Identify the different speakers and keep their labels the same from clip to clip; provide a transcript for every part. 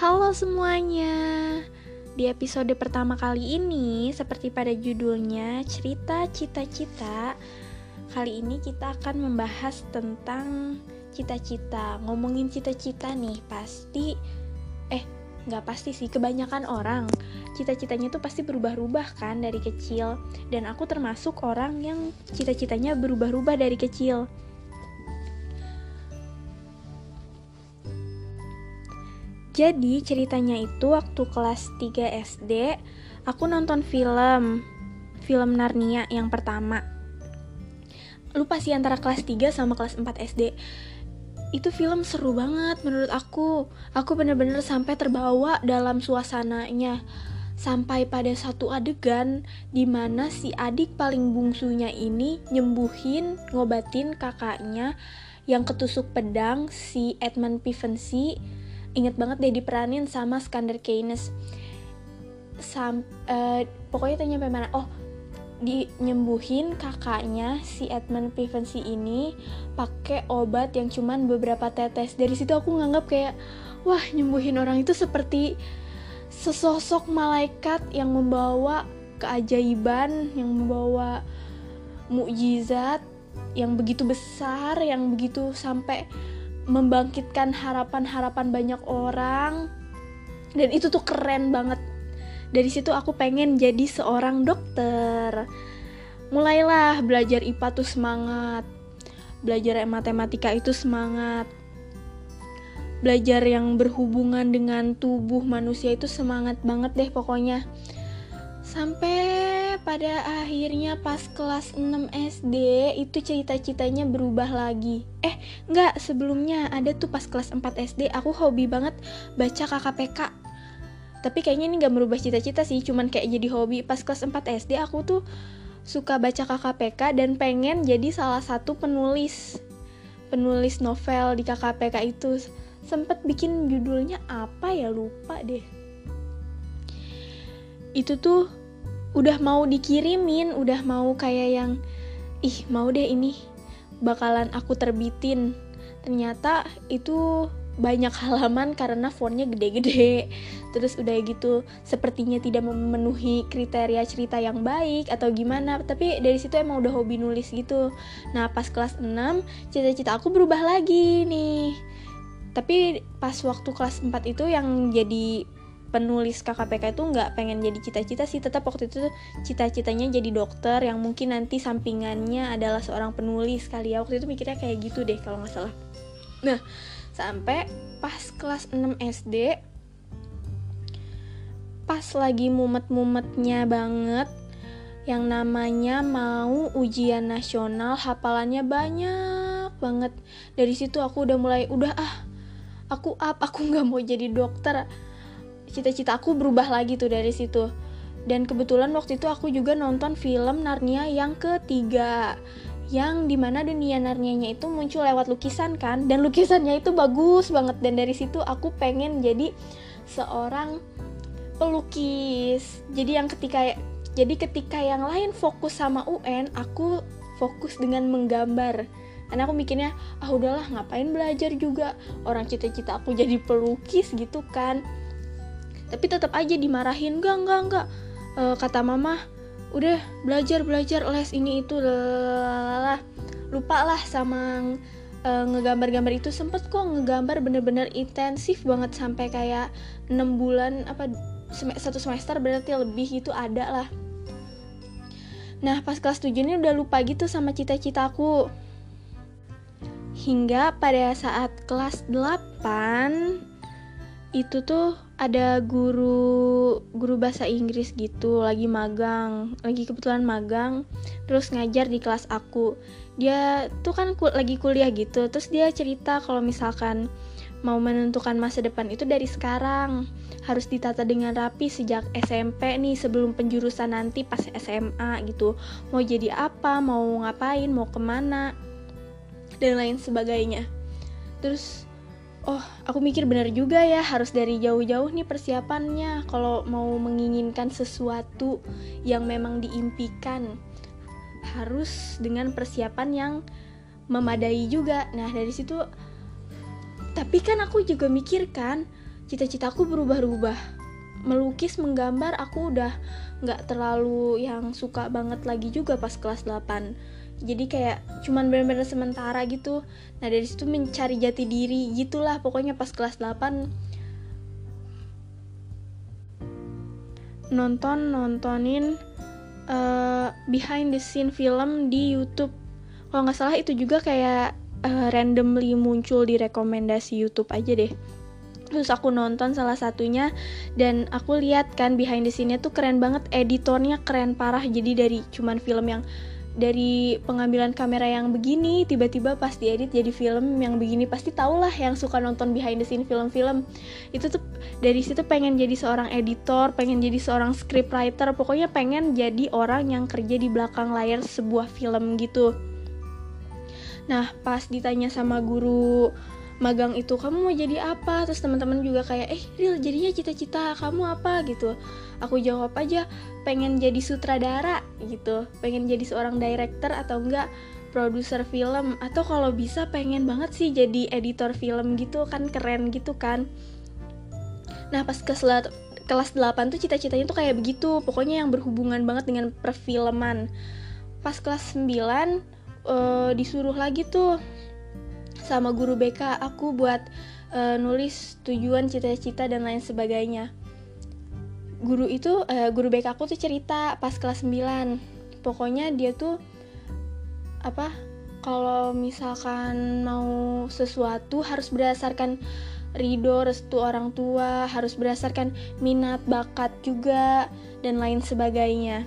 Speaker 1: Halo semuanya. Di episode pertama kali ini, seperti pada judulnya, cerita cita-cita. Kali ini kita akan membahas tentang cita-cita. Ngomongin cita-cita nih, nggak pasti sih, kebanyakan orang cita-citanya tuh pasti berubah-ubah kan dari kecil. Dan aku termasuk orang yang cita-citanya berubah-ubah dari kecil. Jadi ceritanya itu waktu kelas 3 SD, aku nonton film Narnia yang pertama. Lupa sih antara kelas 3 sama kelas 4 SD. Itu film seru banget menurut aku. Aku bener-bener sampai terbawa dalam suasananya. Sampai pada satu adegan di mana si adik paling bungsunya ini ngobatin kakaknya yang ketusuk pedang, si Edmund Pevensie. Ingat banget deh, diperanin sama Skander Keynes. Pokoknya itu nyampe mana? Nyembuhin kakaknya si Edmund Pevensie ini pakai obat yang cuman beberapa tetes. Dari situ aku nganggap kayak, wah, nyembuhin orang itu seperti sesosok malaikat yang membawa keajaiban, yang membawa mukjizat yang begitu besar, yang begitu sampai membangkitkan harapan-harapan banyak orang. Dan itu tuh keren banget. Dari situ aku pengen jadi seorang dokter. Mulailah belajar IPA tuh semangat, belajar matematika itu semangat, belajar yang berhubungan dengan tubuh manusia itu semangat banget deh pokoknya. Sampai pada akhirnya pas kelas 6 SD itu cita-citanya berubah lagi. Sebelumnya ada tuh pas kelas 4 SD aku hobi banget baca KKPK. Tapi kayaknya ini gak merubah cita-cita sih, cuman kayak jadi hobi. Pas kelas 4 SD aku tuh suka baca KKPK dan pengen jadi salah satu penulis novel di KKPK itu. Sempet bikin judulnya apa ya, lupa deh. Itu tuh udah mau dikirimin, udah mau kayak yang mau deh ini bakalan aku terbitin. Ternyata itu banyak halaman karena fontnya gede-gede. Terus udah gitu sepertinya tidak memenuhi kriteria cerita yang baik atau gimana. Tapi dari situ emang udah hobi nulis gitu. Nah pas kelas 6 cita-cita aku berubah lagi nih. Tapi pas waktu kelas 4 itu yang jadi penulis KKPK itu nggak pengen jadi cita-cita sih, tetap waktu itu cita-citanya jadi dokter yang mungkin nanti sampingannya adalah seorang penulis kali ya. Waktu itu mikirnya kayak gitu deh kalau nggak salah. Nah sampai pas kelas 6 SD, pas lagi mumet-mumetnya banget, yang namanya mau ujian nasional, hafalannya banyak banget. Dari situ aku udah mulai aku nggak mau jadi dokter. Cita-cita aku berubah lagi tuh dari situ. Dan kebetulan waktu itu aku juga nonton film Narnia yang ketiga, yang dimana dunia Narnianya itu muncul lewat lukisan kan, dan lukisannya itu bagus banget. Dan dari situ aku pengen jadi seorang pelukis. Jadi ketika yang lain fokus sama UN, aku fokus dengan menggambar. Karena aku mikirnya, udahlah ngapain belajar juga, orang cita-cita aku jadi pelukis gitu kan. Tapi tetap aja dimarahin, enggak. Kata mama, udah belajar les ini itu, lupa lah sama ngegambar-gambar itu. Sempet kok ngegambar bener-bener intensif banget sampai kayak 6 bulan, 1 semester berarti lebih gitu ada lah. Nah pas kelas 7 ini udah lupa gitu sama cita-citaku. Hingga pada saat kelas 8 itu tuh ada guru bahasa Inggris gitu, lagi kebetulan magang, terus ngajar di kelas aku. Dia tuh kan lagi kuliah gitu, terus dia cerita kalau misalkan mau menentukan masa depan itu dari sekarang, harus ditata dengan rapi sejak SMP nih, sebelum penjurusan nanti pas SMA gitu. Mau jadi apa, mau ngapain, mau kemana, dan lain sebagainya. Terus aku mikir benar juga ya, harus dari jauh-jauh nih persiapannya kalau mau menginginkan sesuatu yang memang diimpikan. Harus dengan persiapan yang memadai juga. Nah dari situ, tapi kan aku juga mikir kan, cita-citaku berubah-ubah. Melukis, menggambar aku udah gak terlalu yang suka banget lagi juga pas kelas 8. Jadi kayak cuman bener-bener sementara gitu. Nah dari situ mencari jati diri gitulah pokoknya pas kelas 8. Nontonin behind the scene film di YouTube. Kalau nggak salah itu juga kayak randomly muncul di rekomendasi YouTube aja deh. Terus aku nonton salah satunya dan aku lihat kan behind the scene-nya tuh keren banget, editornya keren parah. Jadi dari cuman film yang dari pengambilan kamera yang begini tiba-tiba pas diedit jadi film yang begini. Pasti tau lah yang suka nonton behind the scene film-film itu tuh dari situ pengen jadi seorang editor, pengen jadi seorang scriptwriter, pokoknya pengen jadi orang yang kerja di belakang layar sebuah film gitu. Nah pas ditanya sama guru magang itu, kamu mau jadi apa? Terus teman-teman juga kayak, Ril jadinya cita-cita kamu apa gitu. Aku jawab aja, pengen jadi sutradara gitu, pengen jadi seorang director atau enggak produser film, atau kalau bisa pengen banget sih jadi editor film gitu kan, keren gitu kan. Nah pas kelas 8 tuh cita-citanya tuh kayak begitu, pokoknya yang berhubungan banget dengan perfilman. Pas kelas 9 disuruh lagi tuh sama guru BK aku buat nulis tujuan, cita-cita dan lain sebagainya. Guru BK aku tuh cerita pas kelas 9. Pokoknya dia tuh kalau misalkan mau sesuatu harus berdasarkan ridho, restu orang tua, harus berdasarkan minat, bakat juga dan lain sebagainya.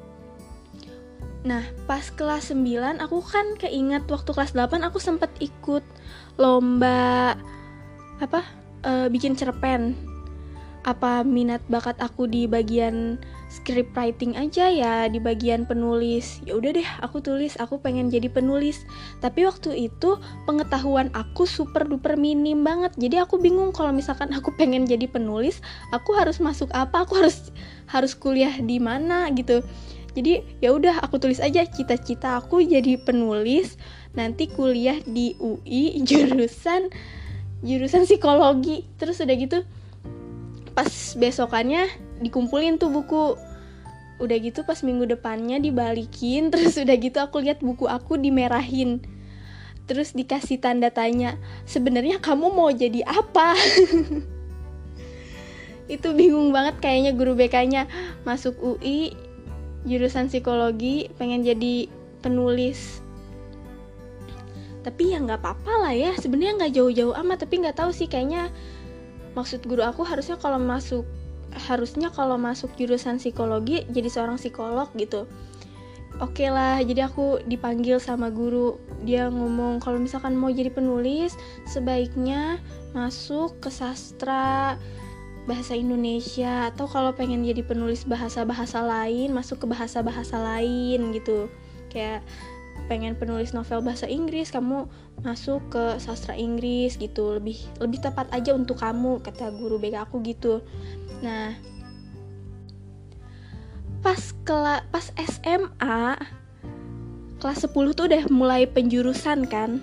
Speaker 1: Nah, pas kelas 9 aku kan keinget waktu kelas 8 aku sempat ikut lomba bikin cerpen. Apa minat bakat aku di bagian script writing aja ya, di bagian penulis. Ya udah deh, aku tulis, aku pengen jadi penulis. Tapi waktu itu pengetahuan aku super duper minim banget. Jadi aku bingung kalau misalkan aku pengen jadi penulis, aku harus masuk apa? Aku harus kuliah di mana gitu. Jadi ya udah aku tulis aja cita-cita aku jadi penulis, nanti kuliah di UI jurusan psikologi. Terus udah gitu pas besokannya dikumpulin tuh buku. Udah gitu pas minggu depannya dibalikin, terus udah gitu aku lihat buku aku dimerahin. Terus dikasih tanda tanya, sebenarnya kamu mau jadi apa? Itu bingung banget kayaknya guru BK-nya. Masuk UI jurusan psikologi, pengen jadi penulis. Tapi ya nggak apa-apa lah ya, sebenarnya nggak jauh-jauh amat. Tapi nggak tahu sih, kayaknya maksud guru aku harusnya kalau masuk jurusan psikologi jadi seorang psikolog gitu. Oke lah, jadi aku dipanggil sama guru. Dia ngomong kalau misalkan mau jadi penulis sebaiknya masuk ke sastra bahasa Indonesia, atau kalau pengen jadi penulis bahasa-bahasa lain masuk ke bahasa-bahasa lain gitu. Kayak pengen penulis novel bahasa Inggris, kamu masuk ke sastra Inggris gitu, lebih tepat aja untuk kamu, kata guru BK aku gitu. Nah, pas SMA kelas 10 tuh udah mulai penjurusan kan.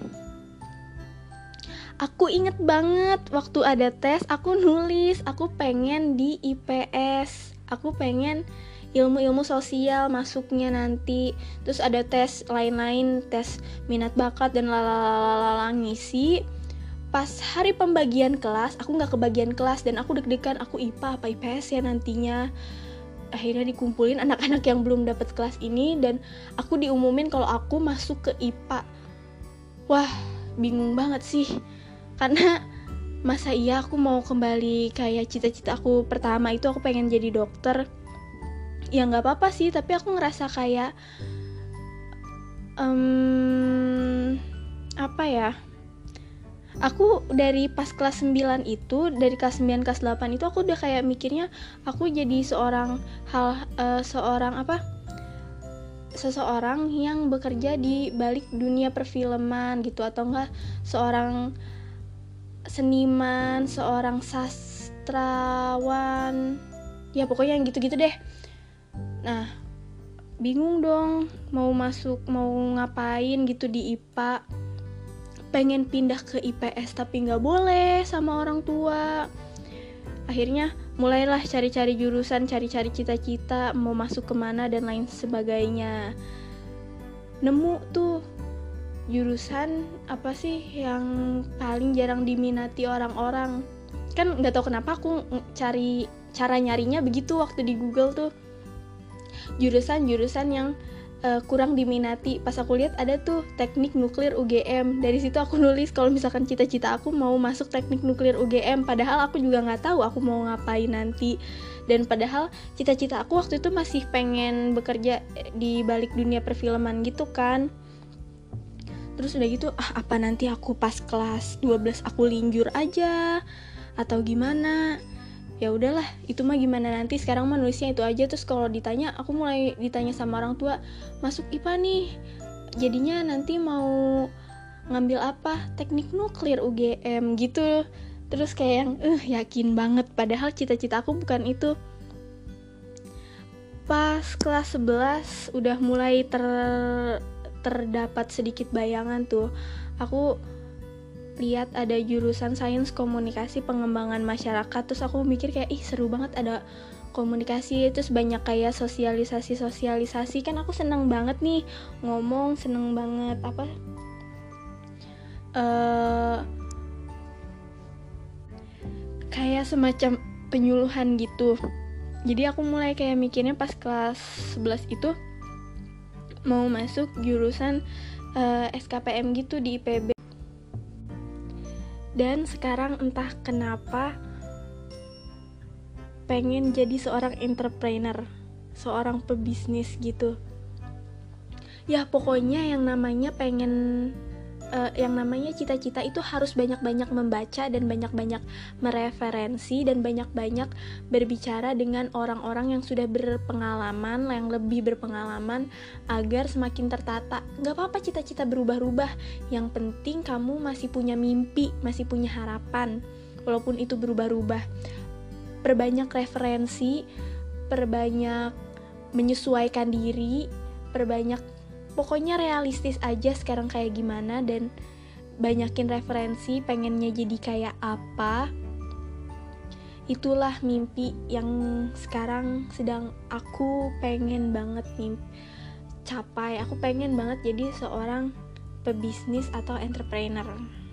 Speaker 1: Aku inget banget waktu ada tes, aku nulis, aku pengen di IPS, aku pengen ilmu-ilmu sosial masuknya nanti. Terus ada tes lain-lain, tes minat bakat dan lalalala ngisi. Pas hari pembagian kelas, aku gak kebagian kelas dan aku deg-degan, aku IPA apa IPS ya nantinya. Akhirnya dikumpulin anak-anak yang belum dapat kelas ini dan aku diumumin kalau aku masuk ke IPA. Wah, bingung banget sih. Karena masa iya aku mau kembali kayak cita-cita aku pertama itu, aku pengen jadi dokter. Ya gak apa-apa sih, tapi aku ngerasa kayak aku dari pas kelas 9 itu, dari kelas 9 kelas 8 itu aku udah kayak mikirnya aku jadi seseorang yang bekerja di balik dunia perfilman gitu, atau enggak seorang seniman, seorang sastrawan, ya pokoknya yang gitu-gitu deh. Nah, bingung dong mau ngapain gitu di IPA. Pengen pindah ke IPS tapi nggak boleh sama orang tua. akhirnya mulailah cari-cari jurusan, cari-cari cita-cita mau masuk kemana dan lain sebagainya. Nemu tuh jurusan apa sih yang paling jarang diminati orang-orang. Kan nggak tahu kenapa aku cari cara nyarinya begitu waktu di Google tuh, jurusan-jurusan yang kurang diminati. Pas aku lihat ada tuh teknik nuklir UGM. Dari situ aku nulis kalau misalkan cita-cita aku mau masuk teknik nuklir UGM, padahal aku juga nggak tahu aku mau ngapain nanti. Dan padahal cita-cita aku waktu itu masih pengen bekerja di balik dunia perfilman gitu kan. Terus udah gitu, apa nanti aku pas kelas 12 aku linjur aja atau gimana? Ya udahlah, itu mah gimana nanti, sekarang mah nulisnya itu aja. Terus kalau ditanya, aku mulai ditanya sama orang tua, masuk IPA nih, jadinya nanti mau ngambil apa? Teknik nuklir UGM gitu. Terus kayak yang yakin banget, padahal cita-cita aku bukan itu. Pas kelas 11 udah mulai terdapat sedikit bayangan tuh. Aku lihat ada jurusan sains komunikasi pengembangan masyarakat, terus aku mikir kayak seru banget ada komunikasi, terus banyak kayak sosialisasi kan aku seneng banget nih ngomong, seneng banget kayak semacam penyuluhan gitu. Jadi aku mulai kayak mikirnya pas kelas 11 itu mau masuk jurusan SKPM gitu di IPB. Dan sekarang entah kenapa pengen jadi seorang entrepreneur, seorang pebisnis gitu. Ya pokoknya yang namanya cita-cita itu harus banyak-banyak membaca dan banyak-banyak mereferensi dan banyak-banyak berbicara dengan orang-orang yang sudah berpengalaman, yang lebih berpengalaman, agar semakin tertata. Gak apa-apa cita-cita berubah-ubah, yang penting kamu masih punya mimpi, masih punya harapan, walaupun itu berubah-ubah. Perbanyak referensi, perbanyak menyesuaikan diri, pokoknya realistis aja sekarang kayak gimana, dan banyakin referensi pengennya jadi kayak apa. Itulah mimpi yang sekarang sedang aku pengen banget capai. Aku pengen banget jadi seorang pebisnis atau entrepreneur.